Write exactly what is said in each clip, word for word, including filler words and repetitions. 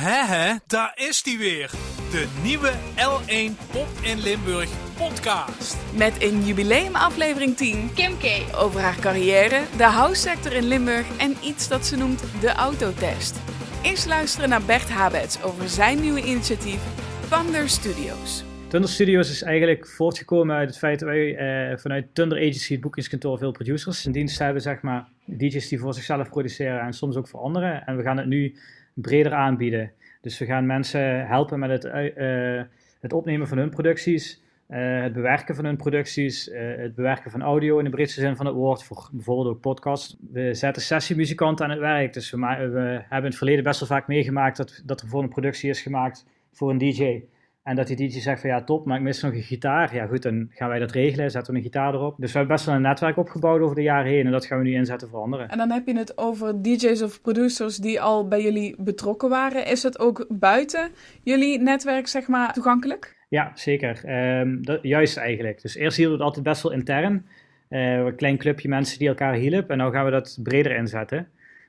Hè hè, daar is die weer. De nieuwe L één Pop in Limburg podcast. Met in jubileumaflevering tien Kim K. over haar carrière, de house-sector in Limburg en iets dat ze noemt de autotest. Eerst luisteren naar Bert Habets over zijn nieuwe initiatief Thunder Studios. Thunder Studios is eigenlijk voortgekomen uit het feit dat wij eh, vanuit Thunder Agency, het boekingskantoor, veel producers in dienst hebben, zeg maar, D J's die voor zichzelf produceren en soms ook voor anderen. En we gaan het nu breder aanbieden. Dus we gaan mensen helpen met het, uh, het opnemen van hun producties, uh, het bewerken van hun producties, uh, het bewerken van audio in de breedste zin van het woord, voor bijvoorbeeld ook podcasts. We zetten sessiemuzikanten aan het werk, dus we, ma- we hebben in het verleden best wel vaak meegemaakt dat, dat er voor een productie is gemaakt voor een D J. En dat die D J zegt van ja top, maar ik mis nog een gitaar. Ja goed, dan gaan wij dat regelen, zetten we een gitaar erop. Dus we hebben best wel een netwerk opgebouwd over de jaren heen en dat gaan we nu inzetten voor anderen. En dan heb je het over D J's of producers die al bij jullie betrokken waren. Is het ook buiten jullie netwerk zeg maar toegankelijk? Ja, zeker. Um, dat, juist eigenlijk. Dus eerst hielden we het altijd best wel intern. Uh, een klein clubje mensen die elkaar hielpen en nu gaan we dat breder inzetten.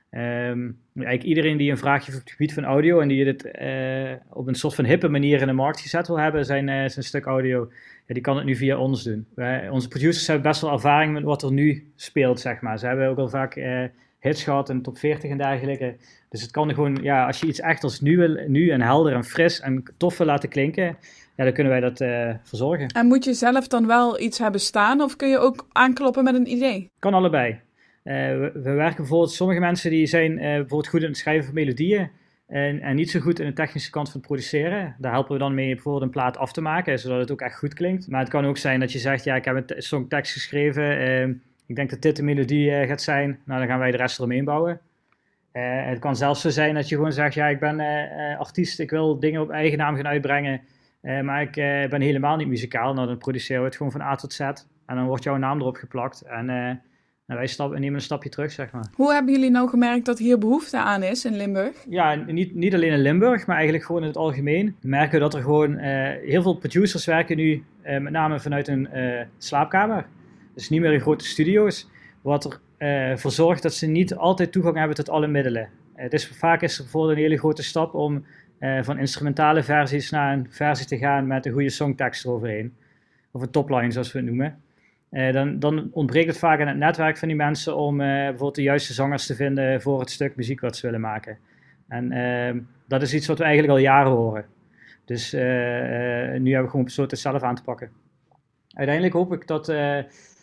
Um, eigenlijk iedereen die een vraagje op het gebied van audio en die dit uh, op een soort van hippe manier in de markt gezet wil hebben, zijn, uh, zijn stuk audio, ja, die kan het nu via ons doen. Wij, onze producers hebben best wel ervaring met wat er nu speelt, zeg maar. Ze hebben ook al vaak uh, hits gehad in top veertig en dergelijke. Dus het kan gewoon, ja, als je iets echt als nu, wil, nu en helder en fris en tof wil laten klinken, ja, dan kunnen wij dat uh, verzorgen. En moet je zelf dan wel iets hebben staan of kun je ook aankloppen met een idee? Kan allebei. Uh, we, we werken bijvoorbeeld, sommige mensen die zijn uh, bijvoorbeeld goed in het schrijven van melodieën en, en niet zo goed in de technische kant van het produceren. Daar helpen we dan mee bijvoorbeeld een plaat af te maken, zodat het ook echt goed klinkt. Maar het kan ook zijn dat je zegt, ja, ik heb een songtekst geschreven, uh, ik denk dat dit de melodie uh, gaat zijn, nou dan gaan wij de rest eromheen bouwen. Uh, het kan zelfs zo zijn dat je gewoon zegt, ja, ik ben uh, uh, artiest, ik wil dingen op eigen naam gaan uitbrengen, uh, maar ik uh, ben helemaal niet muzikaal. Nou, dan produceren we het gewoon van A tot Z en dan wordt jouw naam erop geplakt en... Uh, Nou, wij stap, nemen een stapje terug, zeg maar. Hoe hebben jullie nou gemerkt dat hier behoefte aan is in Limburg? Ja, niet, niet alleen in Limburg, maar eigenlijk gewoon in het algemeen. We merken dat er gewoon uh, heel veel producers werken nu uh, met name vanuit een uh, slaapkamer. Dus niet meer in grote studio's. Wat ervoor uh, zorgt dat ze niet altijd toegang hebben tot alle middelen. Uh, het is, vaak is er bijvoorbeeld een hele grote stap om uh, van instrumentale versies naar een versie te gaan met een goede songtekst eroverheen. Of een topline, zoals we het noemen. Uh, dan, dan ontbreekt het vaak aan het netwerk van die mensen om uh, bijvoorbeeld de juiste zangers te vinden voor het stuk muziek wat ze willen maken. En uh, dat is iets wat we eigenlijk al jaren horen. Dus uh, uh, nu hebben we gewoon besloten het zelf aan te pakken. Uiteindelijk hoop ik dat uh,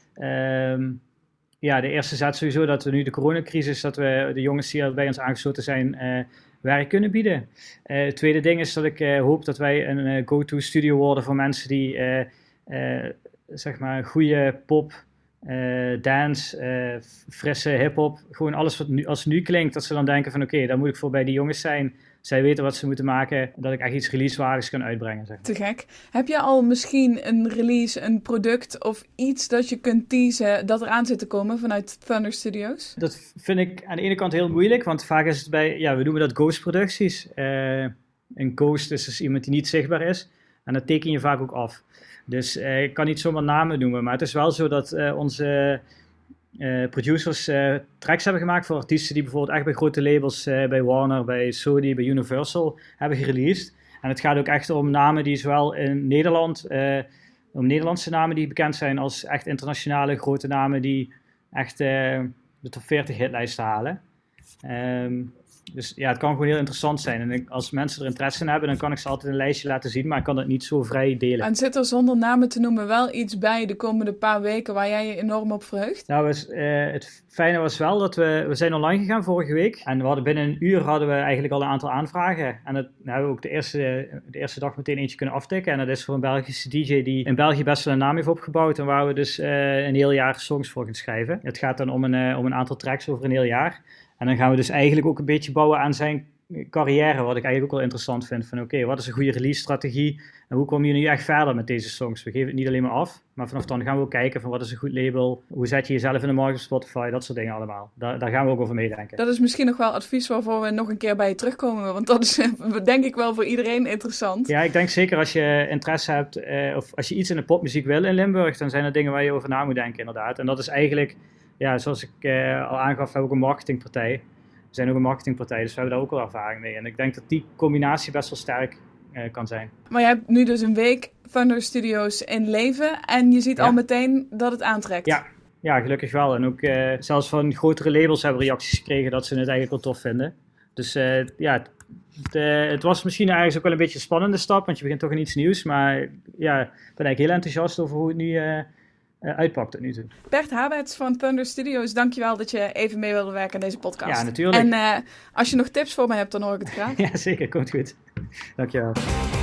uh, ja, de eerste zet sowieso dat we nu de coronacrisis, dat we de jongens die er bij ons aangesloten zijn, uh, werk kunnen bieden. Uh, het tweede ding is dat ik uh, hoop dat wij een uh, go-to studio worden voor mensen die... Uh, uh, zeg maar goede pop, uh, dance, uh, frisse hip-hop. Gewoon alles wat nu, als het nu klinkt, dat ze dan denken van oké, okay, daar moet ik voor bij die jongens zijn. Zij weten wat ze moeten maken, dat ik echt iets releasewaardigs kan uitbrengen. Zeg maar. Te gek. Heb je al misschien een release, een product of iets dat je kunt teasen dat eraan zit te komen vanuit Thunder Studios? Dat vind ik aan de ene kant heel moeilijk, want vaak is het bij, ja, we noemen dat ghost-producties. Uh, een ghost is dus iemand die niet zichtbaar is en dat teken je vaak ook af. Dus uh, ik kan niet zomaar namen noemen, maar het is wel zo dat uh, onze uh, producers uh, tracks hebben gemaakt voor artiesten die bijvoorbeeld echt bij grote labels, uh, bij Warner, bij Sony, bij Universal hebben gereleased. En het gaat ook echt om namen die zowel in Nederland, uh, om Nederlandse namen die bekend zijn, als echt internationale grote namen die echt uh, de top veertig hitlijsten halen. Um, Dus ja, het kan gewoon heel interessant zijn. En als mensen er interesse in hebben, dan kan ik ze altijd een lijstje laten zien, maar ik kan dat niet zo vrij delen. En zit er zonder namen te noemen wel iets bij de komende paar weken waar jij je enorm op verheugt? Nou, was, uh, het fijne was wel dat we, we zijn online gegaan vorige week. En we hadden binnen een uur hadden we eigenlijk al een aantal aanvragen. En dat nou, hebben we ook de eerste, de eerste dag meteen eentje kunnen aftikken. En dat is voor een Belgische D J die in België best wel een naam heeft opgebouwd. En waar we dus uh, een heel jaar songs voor gaan schrijven. Het gaat dan om een, uh, om een aantal tracks over een heel jaar. En dan gaan we dus eigenlijk ook een beetje bouwen aan zijn carrière, wat ik eigenlijk ook wel interessant vind. Van oké, okay, wat is een goede release-strategie en hoe kom je nu echt verder met deze songs? We geven het niet alleen maar af, maar vanaf dan gaan we ook kijken van wat is een goed label, hoe zet je jezelf in de markt op Spotify, dat soort dingen allemaal. Daar, daar gaan we ook over meedenken. Dat is misschien nog wel advies waarvoor we nog een keer bij je terugkomen, want dat is denk ik wel voor iedereen interessant. Ja, ik denk zeker als je interesse hebt eh, of als je iets in de popmuziek wil in Limburg, dan zijn er dingen waar je over na moet denken inderdaad. En dat is eigenlijk... Ja, zoals ik uh, al aangaf, heb ik ook een marketingpartij. We zijn ook een marketingpartij, dus we hebben daar ook wel ervaring mee. En ik denk dat die combinatie best wel sterk uh, kan zijn. Maar je hebt nu dus een week Thunder Studios in leven en je ziet ja. al meteen dat het aantrekt. Ja, ja gelukkig wel. En ook uh, zelfs van grotere labels hebben reacties gekregen dat ze het eigenlijk wel tof vinden. Dus uh, ja, het, uh, het was misschien ergens ook wel een beetje een spannende stap, want je begint toch in iets nieuws. Maar ja, ik ben eigenlijk heel enthousiast over hoe het nu uh, uh, uitpakt tot nu toe. Bert Habets van Thunder Studios, dankjewel dat je even mee wilde werken aan deze podcast. Ja, natuurlijk. En uh, als je nog tips voor me hebt, dan hoor ik het graag. Ja, zeker. Komt goed. Dankjewel.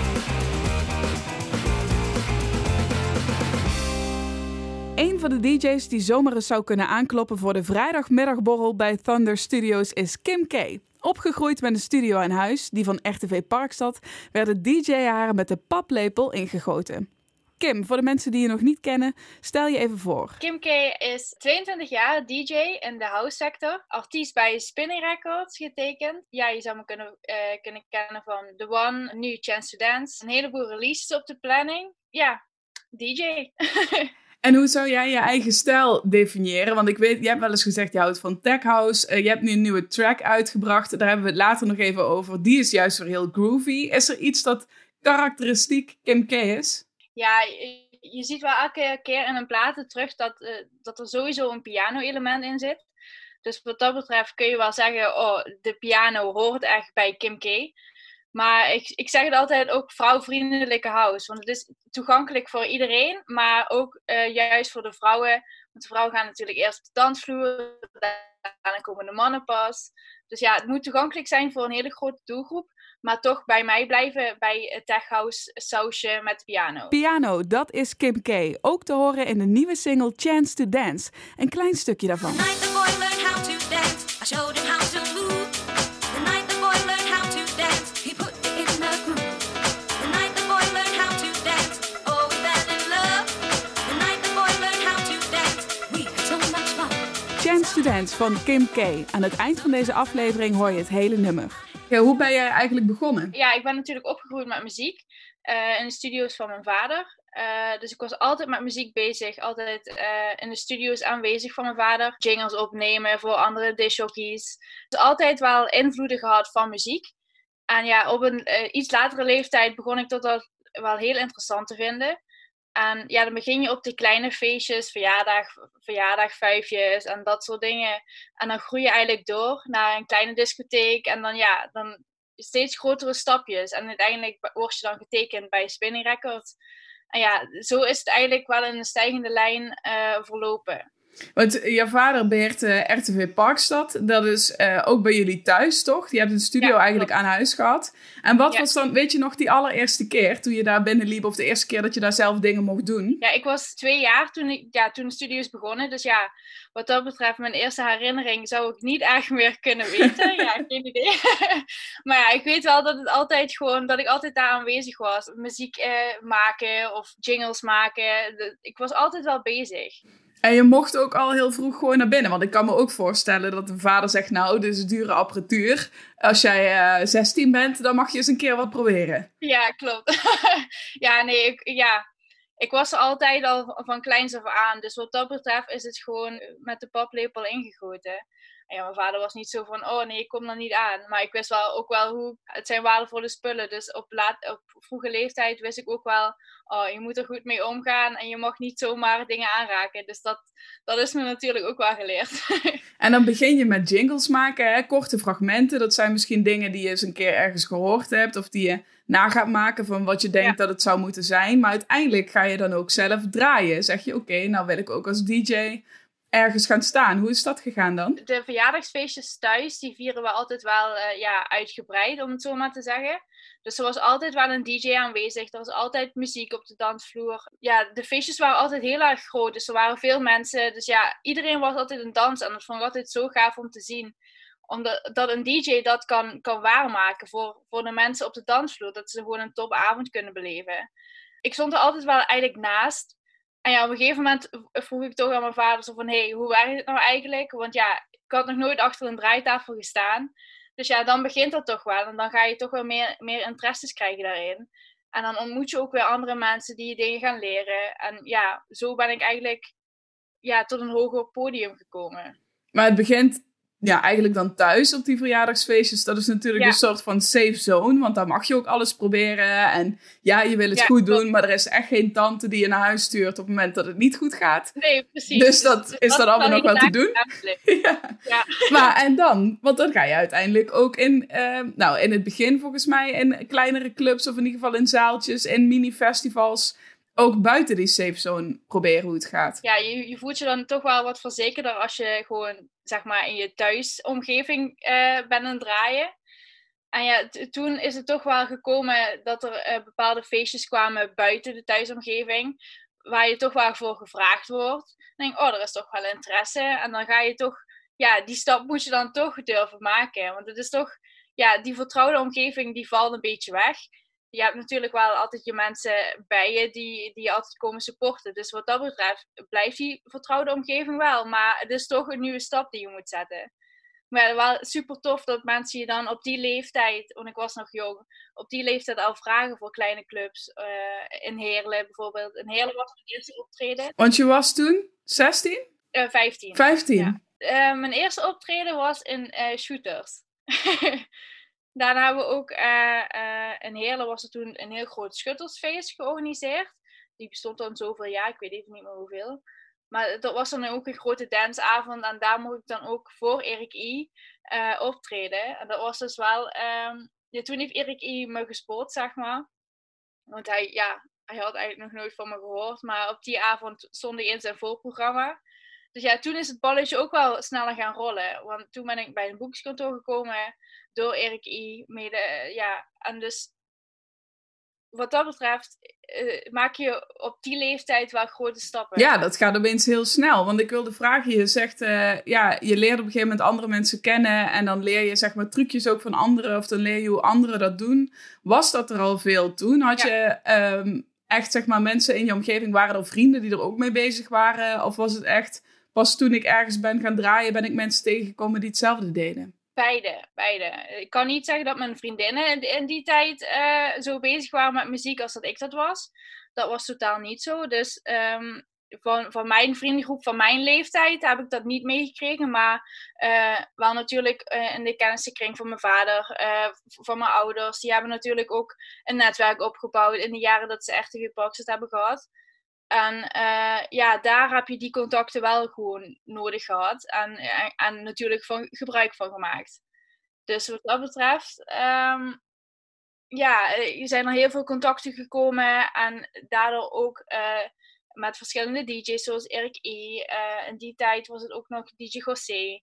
Een van de D J's die zomaar eens zou kunnen aankloppen voor de vrijdagmiddagborrel bij Thunder Studios is Kim K. Opgegroeid met een studio aan huis, die van R T V Parkstad, werden D J-haren met de paplepel ingegoten. Kim, voor de mensen die je nog niet kennen, stel je even voor. Kim K is tweeëntwintig jaar, D J in de house sector. Artiest bij Spinning Records getekend. Ja, je zou me kunnen, uh, kunnen kennen van The One, nu Chance to Dance. Een heleboel releases op de planning. Ja, D J. En hoe zou jij je eigen stijl definiëren? Want ik weet, je hebt wel eens gezegd, je houdt van tech house. Uh, je hebt nu een nieuwe track uitgebracht. Daar hebben we het later nog even over. Die is juist weer heel groovy. Is er iets dat karakteristiek Kim K is? Ja, je, je ziet wel elke keer in een platen terug dat, uh, dat er sowieso een piano-element in zit. Dus wat dat betreft kun je wel zeggen, oh, de piano hoort echt bij Kim K. Maar ik, ik zeg het altijd ook vrouwvriendelijke house. Want het is toegankelijk voor iedereen, maar ook uh, juist voor de vrouwen. Want de vrouwen gaan natuurlijk eerst op de dansvloer, daarna komen de mannen pas. Dus ja, het moet toegankelijk zijn voor een hele grote doelgroep. Maar toch bij mij blijven bij het tech house sausje met piano. Piano, dat is Kim K. Ook te horen in de nieuwe single Chance to Dance. Een klein stukje daarvan. Chance to Dance van Kim K. Aan het eind van deze aflevering hoor je het hele nummer. Ja, hoe ben jij eigenlijk begonnen? Ja, ik ben natuurlijk opgegroeid met muziek. Uh, in de studio's van mijn vader. Uh, dus ik was altijd met muziek bezig. Altijd uh, in de studio's aanwezig van mijn vader. Jingles opnemen voor andere discjockeys. Dus altijd wel invloeden gehad van muziek. En ja, op een uh, iets latere leeftijd begon ik dat wel heel interessant te vinden. En ja, dan begin je op die kleine feestjes, verjaardag, verjaardagvuifjes en dat soort dingen. En dan groei je eigenlijk door naar een kleine discotheek. En dan ja, dan steeds grotere stapjes. En uiteindelijk word je dan getekend bij Spinning Records. En ja, zo is het eigenlijk wel in een stijgende lijn uh, verlopen. Want je vader beheert uh, R T V Parkstad. Dat is uh, ook bij jullie thuis, toch? Je hebt een studio ja, eigenlijk klopt. aan huis gehad. En wat ja. was dan, weet je nog, die allereerste keer toen je daar binnenliep? Of de eerste keer dat je daar zelf dingen mocht doen? Ja, ik was twee jaar toen, ik, ja, toen de studio is begonnen. Dus ja, wat dat betreft, mijn eerste herinnering zou ik niet echt meer kunnen weten. Ja, geen idee. Maar ja, ik weet wel dat het altijd gewoon, dat ik altijd daar aanwezig was. Muziek eh, maken of jingles maken. De, ik was altijd wel bezig. En je mocht ook al heel vroeg gewoon naar binnen. Want ik kan me ook voorstellen dat een vader zegt... nou, dit is dure apparatuur. Als jij uh, zestien bent, dan mag je eens een keer wat proberen. Ja, klopt. ja, nee, ik, ja. ik was er altijd al van kleins af aan. Dus wat dat betreft is het gewoon met de paplepel ingegoten. En ja, mijn vader was niet zo van, oh nee, ik kom er niet aan. Maar ik wist wel ook wel hoe, het zijn waardevolle spullen. Dus op, laat, op vroege leeftijd wist ik ook wel, oh, je moet er goed mee omgaan. En je mag niet zomaar dingen aanraken. Dus dat, dat is me natuurlijk ook wel geleerd. En dan begin je met jingles maken, hè? Korte fragmenten. Dat zijn misschien dingen die je eens een keer ergens gehoord hebt. Of die je na gaat maken van wat je denkt ja. dat het zou moeten zijn. Maar uiteindelijk ga je dan ook zelf draaien. Zeg je, oké, okay, nou wil ik ook als D J... ergens gaan staan. Hoe is dat gegaan dan? De verjaardagsfeestjes thuis, die vieren we altijd wel uh, ja, uitgebreid, om het zo maar te zeggen. Dus er was altijd wel een D J aanwezig. Er was altijd muziek op de dansvloer. Ja, de feestjes waren altijd heel erg groot. Dus er waren veel mensen. Dus ja, iedereen was altijd een dans. En dat vond ik altijd zo gaaf om te zien. Omdat dat een D J dat kan, kan waarmaken voor, voor de mensen op de dansvloer. Dat ze gewoon een topavond kunnen beleven. Ik stond er altijd wel eigenlijk naast. En ja, op een gegeven moment vroeg ik toch aan mijn vader zo van, hé, hey, hoe werkt het nou eigenlijk? Want ja, ik had nog nooit achter een draaitafel gestaan. Dus ja, dan begint dat toch wel. En dan ga je toch wel meer, meer interesses krijgen daarin. En dan ontmoet je ook weer andere mensen die je dingen gaan leren. En ja, zo ben ik eigenlijk ja, tot een hoger podium gekomen. Maar het begint ja, eigenlijk dan thuis op die verjaardagsfeestjes. Dat is natuurlijk Ja. een soort van safe zone. Want daar mag je ook alles proberen. En ja, je wil het Ja, goed klopt. doen. Maar er is echt geen tante die je naar huis stuurt op het moment dat het niet goed gaat. Nee, precies. Dus dat is dan allemaal nog wel te doen. Ja. Ja. Maar en dan? Want dan ga je uiteindelijk ook in, eh, nou in het begin volgens mij in kleinere clubs of in ieder geval in zaaltjes, in mini-festivals, ook buiten die safe zone proberen hoe het gaat. Ja, je, je voelt je dan toch wel wat verzekerder als je gewoon, zeg maar, in je thuisomgeving eh bent aan het draaien. En ja, t- toen is het toch wel gekomen dat er eh, bepaalde feestjes kwamen buiten de thuisomgeving, waar je toch wel voor gevraagd wordt. Dan denk ik, oh, er is toch wel interesse. En dan ga je toch, ja, die stap moet je dan toch durven maken. Want het is toch, ja, die vertrouwde omgeving, die valt een beetje weg. Je hebt natuurlijk wel altijd je mensen bij je die, die je altijd komen supporten. Dus wat dat betreft blijft die vertrouwde omgeving wel. Maar het is toch een nieuwe stap die je moet zetten. Maar wel super tof dat mensen je dan op die leeftijd, want ik was nog jong, op die leeftijd al vragen voor kleine clubs. Uh, in Heerlen bijvoorbeeld. In Heerlen was mijn eerste optreden. Want je was toen zestien? Uh, vijftien. vijftien? Ja. Uh, mijn eerste optreden was in uh, Shooters. Daarna hebben we ook uh, uh, in Heerlen was er toen een heel groot schuttersfeest georganiseerd. Die bestond dan zoveel jaar, ik weet even niet meer hoeveel. Maar dat was dan ook een grote danceavond en daar mocht ik dan ook voor Erik I. Uh, optreden. En dat was dus wel... Um, ja, toen heeft Erik I. me gespoord, zeg maar. Want hij, ja, hij had eigenlijk nog nooit van me gehoord. Maar op die avond stond hij in zijn voorprogramma. Dus ja, toen is het balletje ook wel sneller gaan rollen. Want toen ben ik bij een boekskantoor gekomen door Erik I. Mede, ja, en dus wat dat betreft uh, maak je op die leeftijd wel grote stappen. Ja, dat gaat opeens heel snel. Want ik wilde vragen, je zegt, uh, ja, je leert op een gegeven moment andere mensen kennen en dan leer je zeg maar trucjes ook van anderen of dan leer je hoe anderen dat doen. Was dat er al veel toen? Had Ja. je um, echt zeg maar mensen in je omgeving, waren er vrienden die er ook mee bezig waren? Of was het echt, pas toen ik ergens ben gaan draaien, ben ik mensen tegengekomen die hetzelfde deden? Beide, beide. Ik kan niet zeggen dat mijn vriendinnen in die tijd uh, zo bezig waren met muziek als dat ik dat was. Dat was totaal niet zo. Dus um, van, van mijn vriendengroep, van mijn leeftijd, heb ik dat niet meegekregen. Maar uh, wel natuurlijk uh, in de kennissenkring van mijn vader, uh, van mijn ouders. Die hebben natuurlijk ook een netwerk opgebouwd in de jaren dat ze R T V Parkstad hebben gehad. En uh, ja, daar heb je die contacten wel gewoon nodig gehad. En, en, en natuurlijk van, gebruik van gemaakt. Dus wat dat betreft, um, ja, er zijn er heel veel contacten gekomen. En daardoor ook uh, met verschillende D J's zoals Erik I. Uh, in die tijd was het ook nog D J José.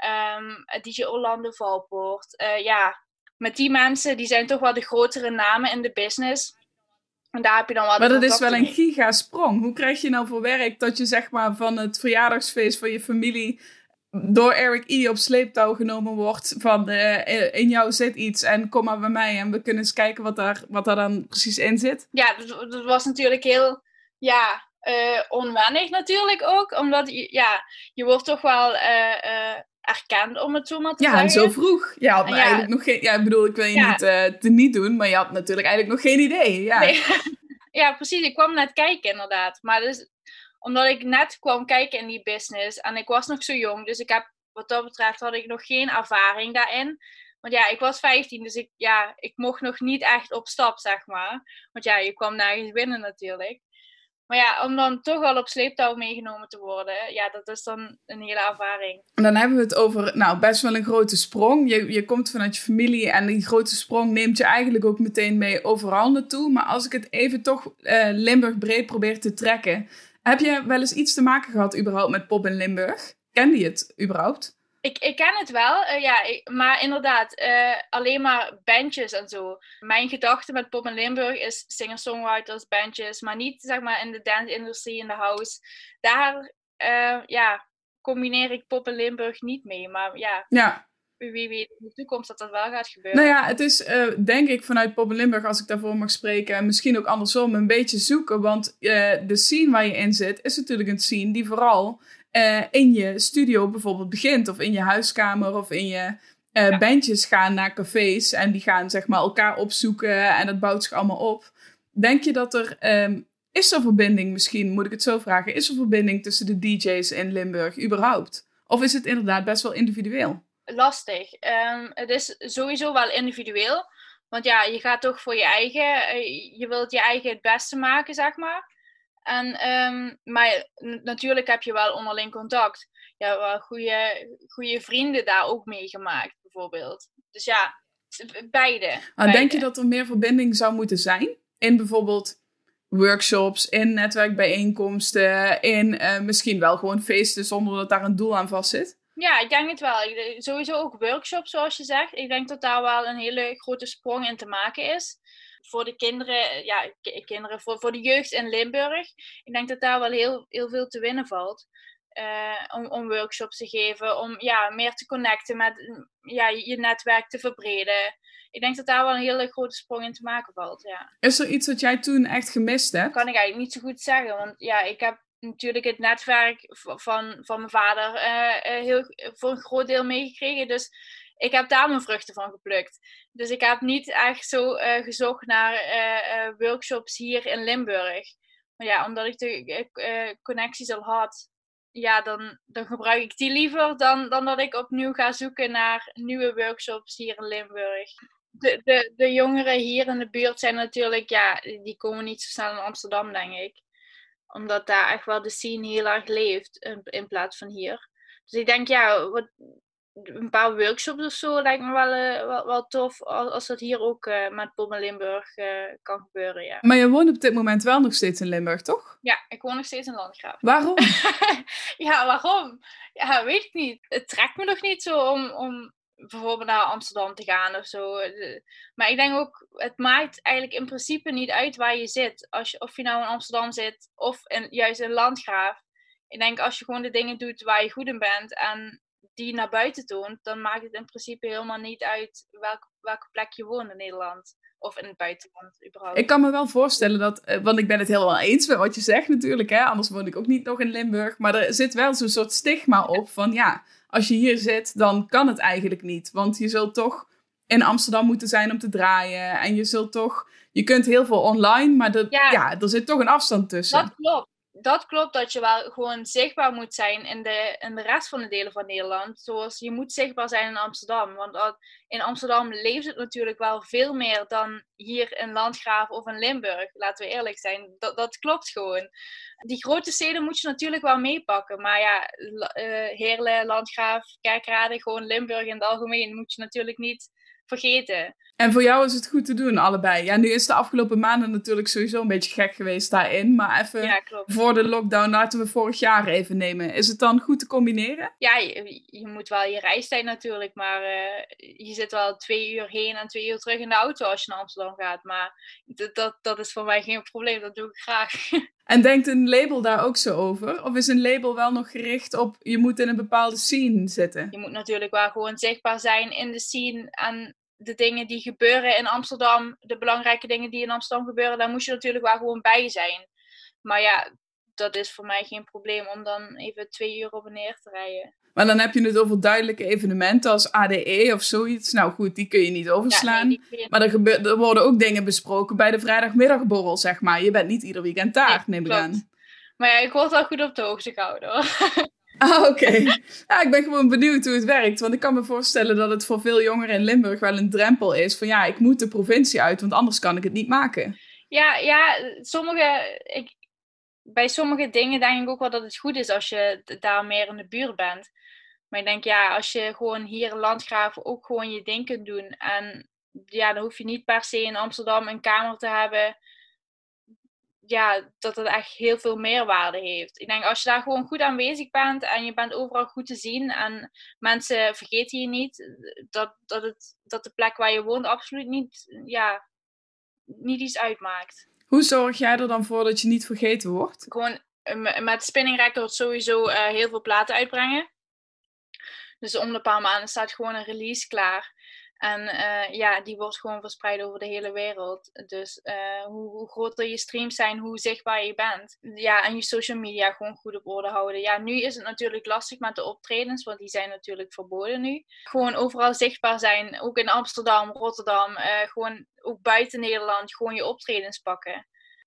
Um, D J Orlando Valpoort. Uh, ja, met die mensen, die zijn toch wel de grotere namen in de business. En daar heb je dan wel. Maar dat is wel een gigasprong. Hoe krijg je nou voor werk dat je zeg maar van het verjaardagsfeest van je familie door Erik I. op sleeptouw genomen wordt van uh, in jou zit iets en kom maar bij mij en we kunnen eens kijken wat daar, wat daar dan precies in zit? Ja, dat, dat was natuurlijk heel ja, uh, onwennig natuurlijk ook. Omdat je, ja, je wordt toch wel uh, uh, erkend om het zo maar te ja, zeggen. Ja, en zo vroeg. Je had ja, eigenlijk nog geen... Ja, ik bedoel, ik wil je ja. niet uh, te niet doen, maar je had natuurlijk eigenlijk nog geen idee. Ja, nee. Ja, precies. Ik kwam net kijken inderdaad. Maar dus, omdat ik net kwam kijken in die business en ik was nog zo jong. Dus ik heb, wat dat betreft, had ik nog geen ervaring daarin. Want ja, ik was vijftien, dus ik, ja, ik mocht nog niet echt op stap, zeg maar. Want ja, je kwam nergens binnen natuurlijk. Maar ja, om dan toch al op sleeptouw meegenomen te worden, ja, dat is dan een hele ervaring. En dan hebben we het over, nou, best wel een grote sprong. Je, je komt vanuit je familie en die grote sprong neemt je eigenlijk ook meteen mee overal naartoe. Maar als ik het even toch uh, Limburg breed probeer te trekken, heb je wel eens iets te maken gehad überhaupt met pop in Limburg? Kende je het überhaupt? Ik, ik ken het wel, uh, ja, ik, maar inderdaad, uh, alleen maar bandjes en zo. Mijn gedachte met pop in Limburg is singer-songwriters, bandjes, maar niet zeg maar in de dance-industrie, in de house. Daar, uh, ja, combineer ik pop in Limburg niet mee, maar ja, ja. Wie weet in de toekomst dat dat wel gaat gebeuren. Nou ja, het is uh, denk ik vanuit pop in Limburg, als ik daarvoor mag spreken, en misschien ook andersom, een beetje zoeken, want uh, de scene waar je in zit, is natuurlijk een scene die vooral Uh, in je studio bijvoorbeeld begint. Of in je huiskamer. Of in je uh, ja. bandjes gaan naar cafés. En die gaan zeg maar elkaar opzoeken. En dat bouwt zich allemaal op. Denk je dat er... Um, is er verbinding misschien, moet ik het zo vragen. Is er verbinding tussen de D J's in Limburg überhaupt? Of is het inderdaad best wel individueel? Lastig. Um, het is sowieso wel individueel. Want ja, je gaat toch voor je eigen... Uh, je wilt je eigen het beste maken, zeg maar. En, um, maar n- natuurlijk heb je wel onderling contact. Ja, wel goede, goede vrienden daar ook meegemaakt, bijvoorbeeld. Dus ja, beide. Maar beide. denk je dat er meer verbinding zou moeten zijn? In bijvoorbeeld workshops, in netwerkbijeenkomsten, in uh, misschien wel gewoon feesten zonder dat daar een doel aan vast zit? Ja, ik denk het wel. Sowieso ook workshops, zoals je zegt. Ik denk dat daar wel een hele grote sprong in te maken is. Voor de kinderen, ja, k- kinderen, voor, voor de jeugd in Limburg. Ik denk dat daar wel heel, heel veel te winnen valt. Uh, om, om workshops te geven, om ja, meer te connecten met ja, je netwerk te verbreden. Ik denk dat daar wel een hele grote sprong in te maken valt, ja. Is er iets wat jij toen echt gemist hebt? Dat kan ik eigenlijk niet zo goed zeggen, want ja, ik heb natuurlijk het netwerk van, van mijn vader uh, uh, heel, voor een groot deel meegekregen, dus ik heb daar mijn vruchten van geplukt. Dus ik heb niet echt zo uh, gezocht naar uh, uh, workshops hier in Limburg. Maar ja, omdat ik de uh, connecties al had, ja, dan, dan gebruik ik die liever dan, dan dat ik opnieuw ga zoeken naar nieuwe workshops hier in Limburg. De, de, de jongeren hier in de buurt zijn natuurlijk, ja, die komen niet zo snel in Amsterdam, denk ik. Omdat daar echt wel de scene heel erg leeft, in, in plaats van hier. Dus ik denk, ja, wat, een paar workshops of zo lijkt me wel, uh, wel, wel tof, als, als dat hier ook uh, met Pom in Limburg uh, kan gebeuren, ja. Maar je woont op dit moment wel nog steeds in Limburg, toch? Ja, ik woon nog steeds in Landgraaf. Waarom? Ja, waarom? Ja, weet ik niet. Het trekt me nog niet zo om, om bijvoorbeeld naar Amsterdam te gaan of zo. Maar ik denk ook, het maakt eigenlijk in principe niet uit waar je zit. Als je, of je nou in Amsterdam zit of in, juist in Landgraaf. Ik denk, als je gewoon de dingen doet waar je goed in bent en die naar buiten toont, dan maakt het in principe helemaal niet uit welke, welke plek je woont in Nederland. Of in het buitenland, überhaupt. Ik kan me wel voorstellen dat, want ik ben het helemaal eens met wat je zegt natuurlijk, hè? Anders woon ik ook niet nog in Limburg. Maar er zit wel zo'n soort stigma op van ja, als je hier zit, dan kan het eigenlijk niet. Want je zult toch in Amsterdam moeten zijn om te draaien. En je zult toch, je kunt heel veel online, maar er, ja. Ja, er zit toch een afstand tussen. Dat klopt. Dat klopt, dat je wel gewoon zichtbaar moet zijn in de, in de rest van de delen van Nederland. Zoals je moet zichtbaar zijn in Amsterdam. Want in Amsterdam leeft het natuurlijk wel veel meer dan hier in Landgraaf of in Limburg. Laten we eerlijk zijn. Dat, dat klopt gewoon. Die grote steden moet je natuurlijk wel meepakken. Maar ja, uh, Heerlen, Landgraaf, Kerkrade, gewoon Limburg in het algemeen moet je natuurlijk niet vergeten. En voor jou is het goed te doen, allebei. Ja, nu is de afgelopen maanden natuurlijk sowieso een beetje gek geweest daarin. Maar even ja, voor de lockdown, laten we vorig jaar even nemen. Is het dan goed te combineren? Ja, je, je moet wel je reistijd natuurlijk. Maar uh, je zit wel twee uur heen en twee uur terug in de auto als je naar Amsterdam gaat. Maar dat, dat, dat is voor mij geen probleem, dat doe ik graag. En denkt een label daar ook zo over? Of is een label wel nog gericht op, je moet in een bepaalde scene zitten? Je moet natuurlijk wel gewoon zichtbaar zijn in de scene en de dingen die gebeuren in Amsterdam, de belangrijke dingen die in Amsterdam gebeuren, daar moet je natuurlijk wel gewoon bij zijn. Maar ja, dat is voor mij geen probleem om dan even twee uur op en neer te rijden. Maar dan heb je het over duidelijke evenementen als A D E of zoiets. Nou goed, die kun je niet overslaan. Ja, nee, je... Maar er, gebe- er worden ook dingen besproken bij de vrijdagmiddagborrel, zeg maar. Je bent niet ieder weekend daar, nee, neem ik aan. Maar ja, ik word wel goed op de hoogte gehouden, hoor. Ah, oké. Okay. Ja, ik ben gewoon benieuwd hoe het werkt. Want ik kan me voorstellen dat het voor veel jongeren in Limburg wel een drempel is. Van ja, ik moet de provincie uit, want anders kan ik het niet maken. Ja, ja sommige, ik, bij sommige dingen denk ik ook wel dat het goed is als je daar meer in de buurt bent. Maar ik denk, ja, als je gewoon hier in Landgraaf ook gewoon je ding kunt doen. En ja, dan hoef je niet per se in Amsterdam een kamer te hebben. Ja, dat het echt heel veel meerwaarde heeft. Ik denk, als je daar gewoon goed aanwezig bent en je bent overal goed te zien en mensen vergeten je niet, dat, dat, het, dat de plek waar je woont absoluut niet, ja, niet iets uitmaakt. Hoe zorg jij er dan voor dat je niet vergeten wordt? Gewoon met Spinning Records sowieso uh, heel veel platen uitbrengen. Dus om de paar maanden staat gewoon een release klaar. En uh, ja, die wordt gewoon verspreid over de hele wereld. Dus uh, hoe, hoe groter je streams zijn, hoe zichtbaar je bent. Ja, en je social media gewoon goed op orde houden. Ja, nu is het natuurlijk lastig met de optredens, want die zijn natuurlijk verboden nu. Gewoon overal zichtbaar zijn, ook in Amsterdam, Rotterdam. Uh, gewoon ook buiten Nederland, gewoon je optredens pakken.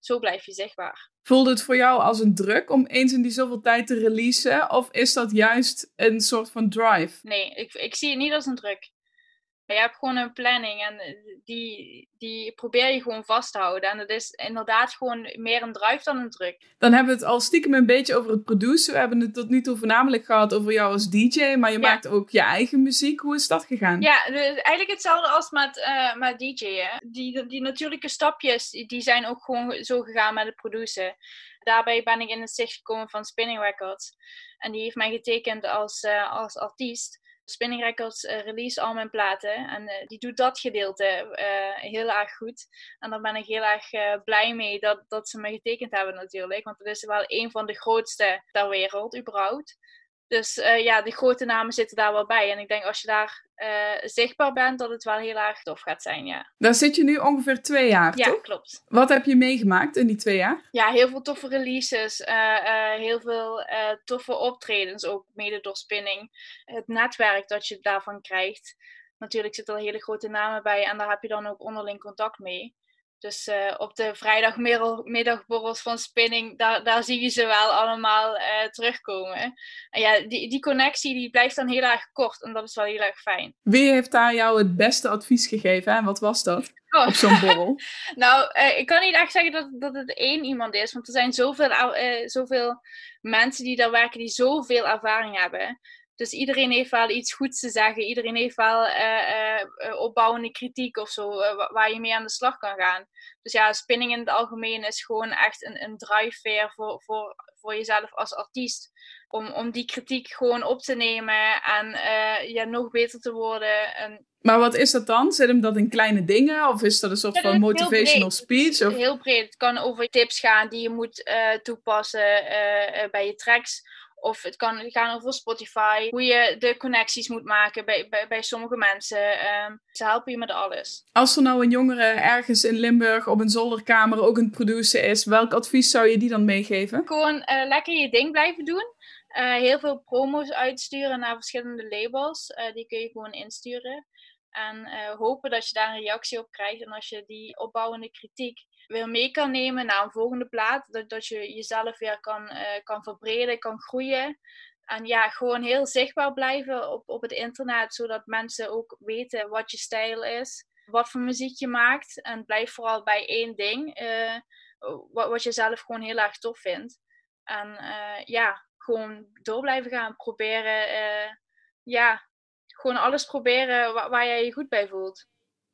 zo blijf je zichtbaar. Voelde het voor jou als een druk om eens in die zoveel tijd te releasen? Of is dat juist een soort van drive? Nee, ik, ik zie het niet als een druk. Je hebt gewoon een planning en die, die probeer je gewoon vast te houden. En dat is inderdaad gewoon meer een drive dan een druk. Dan hebben we het al stiekem een beetje over het produceren. We hebben het tot nu toe voornamelijk gehad over jou als D J. Maar je ja. maakt ook je eigen muziek. Hoe is dat gegaan? Ja, dus eigenlijk hetzelfde als met, uh, met D J'en. Die, die natuurlijke stapjes, die zijn ook gewoon zo gegaan met het produceren. Daarbij ben ik in het zicht gekomen van Spinning Records. En die heeft mij getekend als, uh, als artiest. Spinning Records uh, release al mijn platen en uh, die doet dat gedeelte uh, heel erg goed. En daar ben ik heel erg uh, blij mee dat, dat ze me getekend hebben natuurlijk. Want het is wel een van de grootste ter wereld überhaupt. Dus uh, ja, de grote namen zitten daar wel bij. En ik denk als je daar uh, zichtbaar bent, dat het wel heel erg tof gaat zijn, ja. Daar zit je nu ongeveer twee jaar, ja, toch? Ja, klopt. Wat heb je meegemaakt in die twee jaar? Ja, heel veel toffe releases. Uh, uh, heel veel uh, toffe optredens, ook mede door Spinning. Het netwerk dat je daarvan krijgt. Natuurlijk zitten er hele grote namen bij en daar heb je dan ook onderling contact mee. Dus uh, op de vrijdagmiddagborrels van Spinning, daar, daar zie je ze wel allemaal uh, terugkomen. En ja, die, die connectie die blijft dan heel erg kort en dat is wel heel erg fijn. Wie heeft daar jou het beste advies gegeven en wat was dat oh. op zo'n borrel? nou, uh, ik kan niet echt zeggen dat, dat het één iemand is, want er zijn zoveel, uh, zoveel mensen die daar werken die zoveel ervaring hebben. Dus iedereen heeft wel iets goeds te zeggen. Iedereen heeft wel uh, uh, opbouwende kritiek of zo, uh, waar je mee aan de slag kan gaan. Dus ja, Spinning in het algemeen is gewoon echt een, een drijfveer voor, voor, voor jezelf als artiest. Om, om die kritiek gewoon op te nemen en uh, ja, nog beter te worden. En... Maar wat is dat dan? Zit hem dat in kleine dingen? Of is dat een soort ja, van motivational speech? Of... Heel breed. Het kan over tips gaan die je moet uh, toepassen uh, uh, bij je tracks. Of het kan gaan over Spotify. Hoe je de connecties moet maken bij, bij, bij sommige mensen. Um, ze helpen je met alles. Als er nou een jongere ergens in Limburg op een zolderkamer ook een producer is. Welk advies zou je die dan meegeven? Gewoon uh, lekker je ding blijven doen. Uh, heel veel promo's uitsturen naar verschillende labels. Uh, die kun je gewoon insturen. En uh, hopen dat je daar een reactie op krijgt. En als je die opbouwende kritiek weer mee kan nemen naar een volgende plaat. Dat, dat je jezelf weer kan, uh, kan verbreden, kan groeien. En ja, gewoon heel zichtbaar blijven op, op het internet. Zodat mensen ook weten wat je stijl is. Wat voor muziek je maakt. En blijf vooral bij één ding. Uh, wat, wat je zelf gewoon heel erg tof vindt. En uh, ja, gewoon door blijven gaan. Proberen, uh, ja, gewoon alles proberen waar, waar jij je goed bij voelt.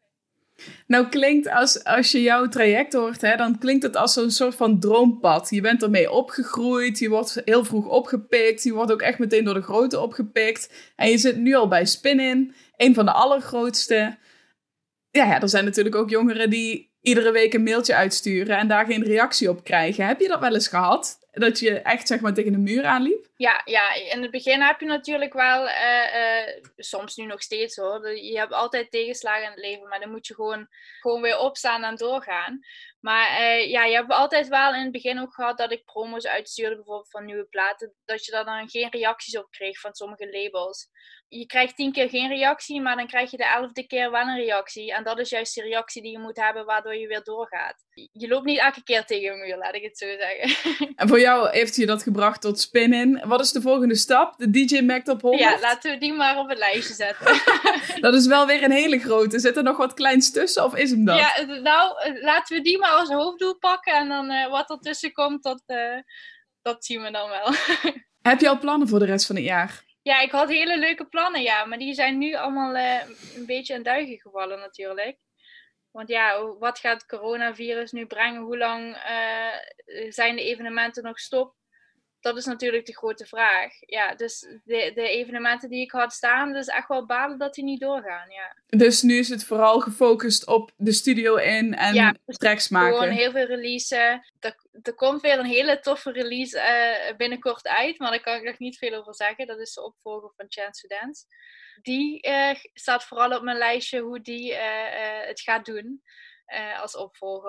Nou klinkt als, als je jouw traject hoort, hè, dan klinkt het als zo'n soort van droompad. Je bent ermee opgegroeid, je wordt heel vroeg opgepikt, je wordt ook echt meteen door de grote opgepikt. En je zit nu al bij Spinnin, een van de allergrootste. Ja, ja, er zijn natuurlijk ook jongeren die iedere week een mailtje uitsturen en daar geen reactie op krijgen. Heb je dat wel eens gehad? Dat je echt zeg maar tegen de muur aanliep? Ja, ja, in het begin heb je natuurlijk wel, uh, uh, soms nu nog steeds hoor, je hebt altijd tegenslagen in het leven, maar dan moet je gewoon, gewoon weer opstaan en doorgaan. Maar uh, ja, je hebt altijd wel in het begin ook gehad dat ik promo's uitstuurde, bijvoorbeeld van nieuwe platen, dat je daar dan geen reacties op kreeg van sommige labels. Je krijgt tien keer geen reactie, maar dan krijg je de elfde keer wel een reactie. En dat is juist de reactie die je moet hebben, waardoor je weer doorgaat. Je loopt niet elke keer tegen een muur, laat ik het zo zeggen. En voor jou heeft je dat gebracht tot Spinnin. Wat is de volgende stap? De D J Mag Top honderd? Ja, laten we die maar op het lijstje zetten. Dat is wel weer een hele grote. Zit er nog wat kleins tussen of is hem dat? Ja, nou, laten we die maar als hoofddoel pakken. En dan uh, wat er tussen komt, dat, uh, dat zien we dan wel. Heb je al plannen voor de rest van het jaar? Ja, ik had hele leuke plannen, ja. Maar die zijn nu allemaal uh, een beetje in duigen gevallen natuurlijk. Want ja, wat gaat het coronavirus nu brengen? Hoe lang uh, zijn de evenementen nog stop? Dat is natuurlijk de grote vraag. Ja, dus de, de evenementen die ik had staan, dus echt wel balen dat die niet doorgaan, ja. Dus nu is het vooral gefocust op de studio in en ja, tracks maken? Gewoon heel veel releasen. Er, er komt weer een hele toffe release uh, binnenkort uit, maar daar kan ik nog niet veel over zeggen. Dat is de opvolger van Chance to Dance. Die uh, staat vooral op mijn lijstje hoe die uh, uh, het gaat doen uh, als opvolger.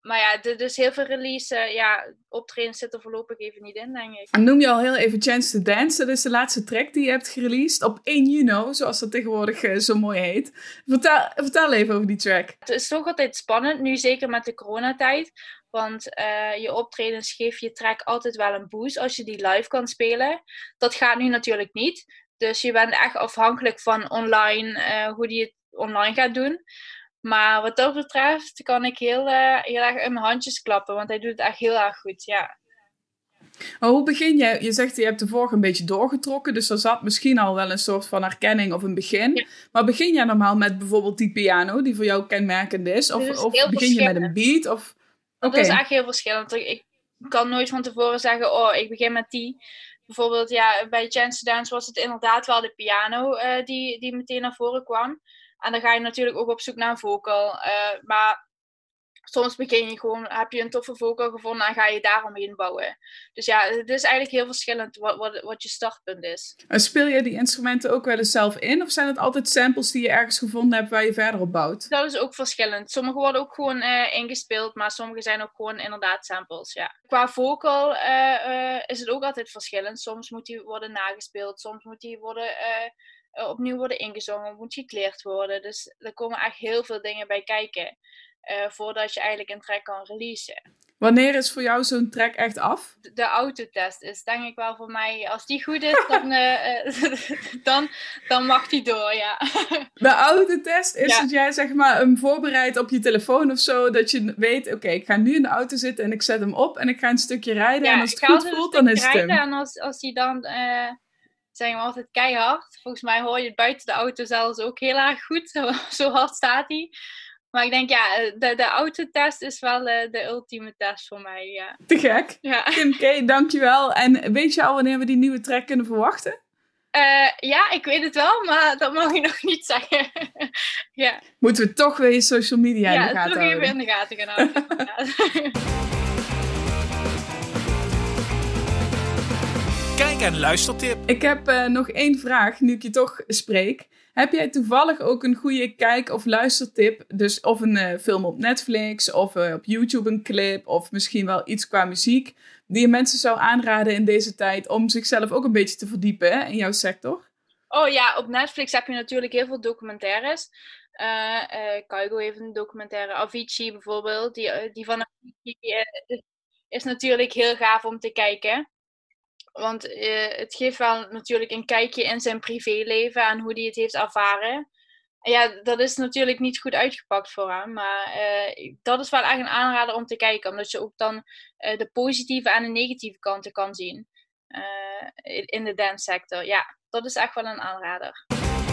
maar ja, de, dus heel veel release, uh, ja, optredens zitten voorlopig even niet in, denk ik. En noem je al heel even Chance to Dance. Dat is de laatste track die je hebt gereleased op één juni, zoals dat tegenwoordig uh, zo mooi heet. Vertel, vertel even over die track. Het is toch altijd spannend, nu zeker met de coronatijd. Want uh, je optredens geeft je track altijd wel een boost als je die live kan spelen. Dat gaat nu natuurlijk niet. Dus je bent echt afhankelijk van online, uh, hoe die het online gaat doen. Maar wat dat betreft kan ik heel, uh, heel erg in mijn handjes klappen. Want hij doet het echt heel erg goed, ja. Maar hoe begin je? Je zegt, je hebt de vorige een beetje doorgetrokken. Dus er zat misschien al wel een soort van herkenning of een begin. Ja. Maar begin jij normaal met bijvoorbeeld die piano, die voor jou kenmerkend is? Of, is of begin je met een beat? Of... Okay. Dat is echt heel verschillend. Ik kan nooit van tevoren zeggen, oh, ik begin met die. Bijvoorbeeld, ja, bij Chance to Dance was het inderdaad wel de piano uh, die, die meteen naar voren kwam. En dan ga je natuurlijk ook op zoek naar een vocal. Uh, maar soms begin je gewoon, heb je een toffe vocal gevonden en ga je daaromheen bouwen. Dus ja, het is eigenlijk heel verschillend wat, wat, wat je startpunt is. En speel je die instrumenten ook wel eens zelf in? Of zijn het altijd samples die je ergens gevonden hebt waar je verder op bouwt? Dat is ook verschillend. Sommige worden ook gewoon uh, ingespeeld, maar sommige zijn ook gewoon inderdaad samples, ja. Qua vocal uh, uh, is het ook altijd verschillend. Soms moet die worden nagespeeld, soms moet die worden... Uh, Uh, opnieuw worden ingezongen, moet gekleerd worden. Dus er komen echt heel veel dingen bij kijken. Uh, voordat je eigenlijk een track kan releasen. Wanneer is voor jou zo'n track echt af? De, de autotest is denk ik wel voor mij... Als die goed is, dan, uh, uh, dan, dan mag die door, ja. De autotest is ja. dat jij zeg maar hem voorbereidt op je telefoon of zo. Dat je weet, oké, okay, ik ga nu in de auto zitten en ik zet hem op en ik ga een stukje rijden. Ja, en als het goed voelt, dan is het hem. En als, als die dan... Uh, zijn we altijd keihard. Volgens mij hoor je het buiten de auto zelfs ook heel erg goed. Zo, zo hard staat hij. Maar ik denk, ja, de, de autotest is wel uh, de ultieme test voor mij, ja. Te gek. Ja. Kim K, dankjewel. En weet je al wanneer we die nieuwe track kunnen verwachten? Uh, ja, ik weet het wel, maar dat mag je nog niet zeggen. ja. Moeten we toch weer je social media ja, in de gaten houden? Ja, toch even in de gaten gaan houden. Kijk- en luistertip. Ik heb uh, nog één vraag, nu ik je toch spreek. Heb jij toevallig ook een goede kijk- of luistertip? Dus of een uh, film op Netflix, of uh, op YouTube een clip, of misschien wel iets qua muziek, die je mensen zou aanraden in deze tijd om zichzelf ook een beetje te verdiepen hè, in jouw sector? Oh ja, op Netflix heb je natuurlijk heel veel documentaires. Uh, uh, Kaigo heeft een documentaire, Avicii bijvoorbeeld. Die, uh, die van Avicii uh, is natuurlijk heel gaaf om te kijken. Want uh, het geeft wel natuurlijk een kijkje in zijn privéleven en hoe hij het heeft ervaren. En ja, dat is natuurlijk niet goed uitgepakt voor hem. Maar uh, dat is wel echt een aanrader om te kijken. Omdat je ook dan uh, de positieve en de negatieve kanten kan zien. Uh, in de dance sector. Ja, dat is echt wel een aanrader.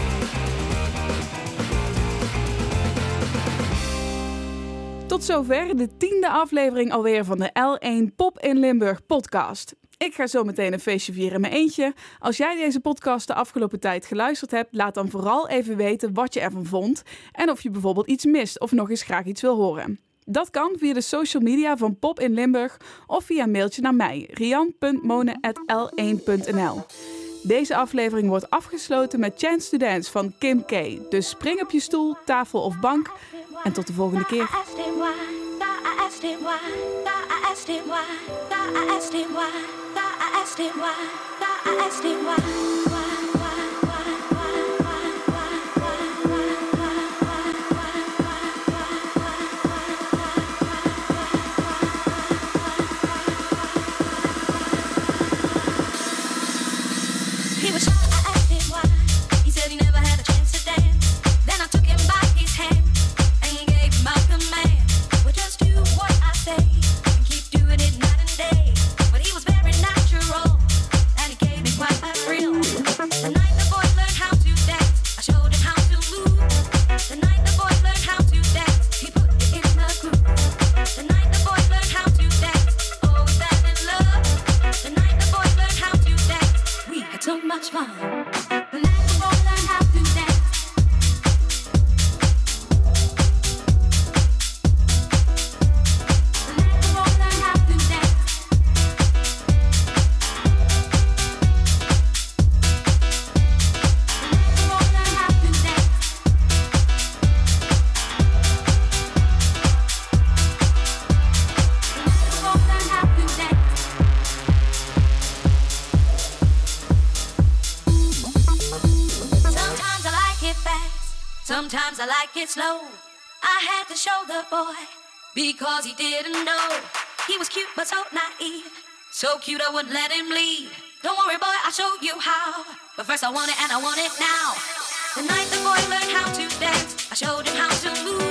Tot zover de tiende aflevering alweer van de L één Pop in Limburg podcast. Ik ga zo meteen een feestje vieren in mijn eentje. Als jij deze podcast de afgelopen tijd geluisterd hebt, laat dan vooral even weten wat je ervan vond. En of je bijvoorbeeld iets mist of nog eens graag iets wil horen. Dat kan via de social media van Pop in Limburg of via een mailtje naar mij, rian punt monen apenstaartje l één punt n l. Deze aflevering wordt afgesloten met Chance to Dance van Kim K. Dus spring op je stoel, tafel of bank en tot de volgende keer. I asked him why, I asked him why, I asked him why, I asked him why, I asked him why, why, why, why, why, why, why, he was shy, I asked him why, he said he never had a chance to dance, then I took him by his hand, and he gave him my command. What I say and keep doing it night and day. But he was very natural and he gave me quite a thrill. it slow. I had to show the boy, because he didn't know. He was cute but so naive, so cute I wouldn't let him leave. Don't worry boy, I'll show you how, but first I want it and I want it now. The night the boy learned how to dance, I showed him how to move.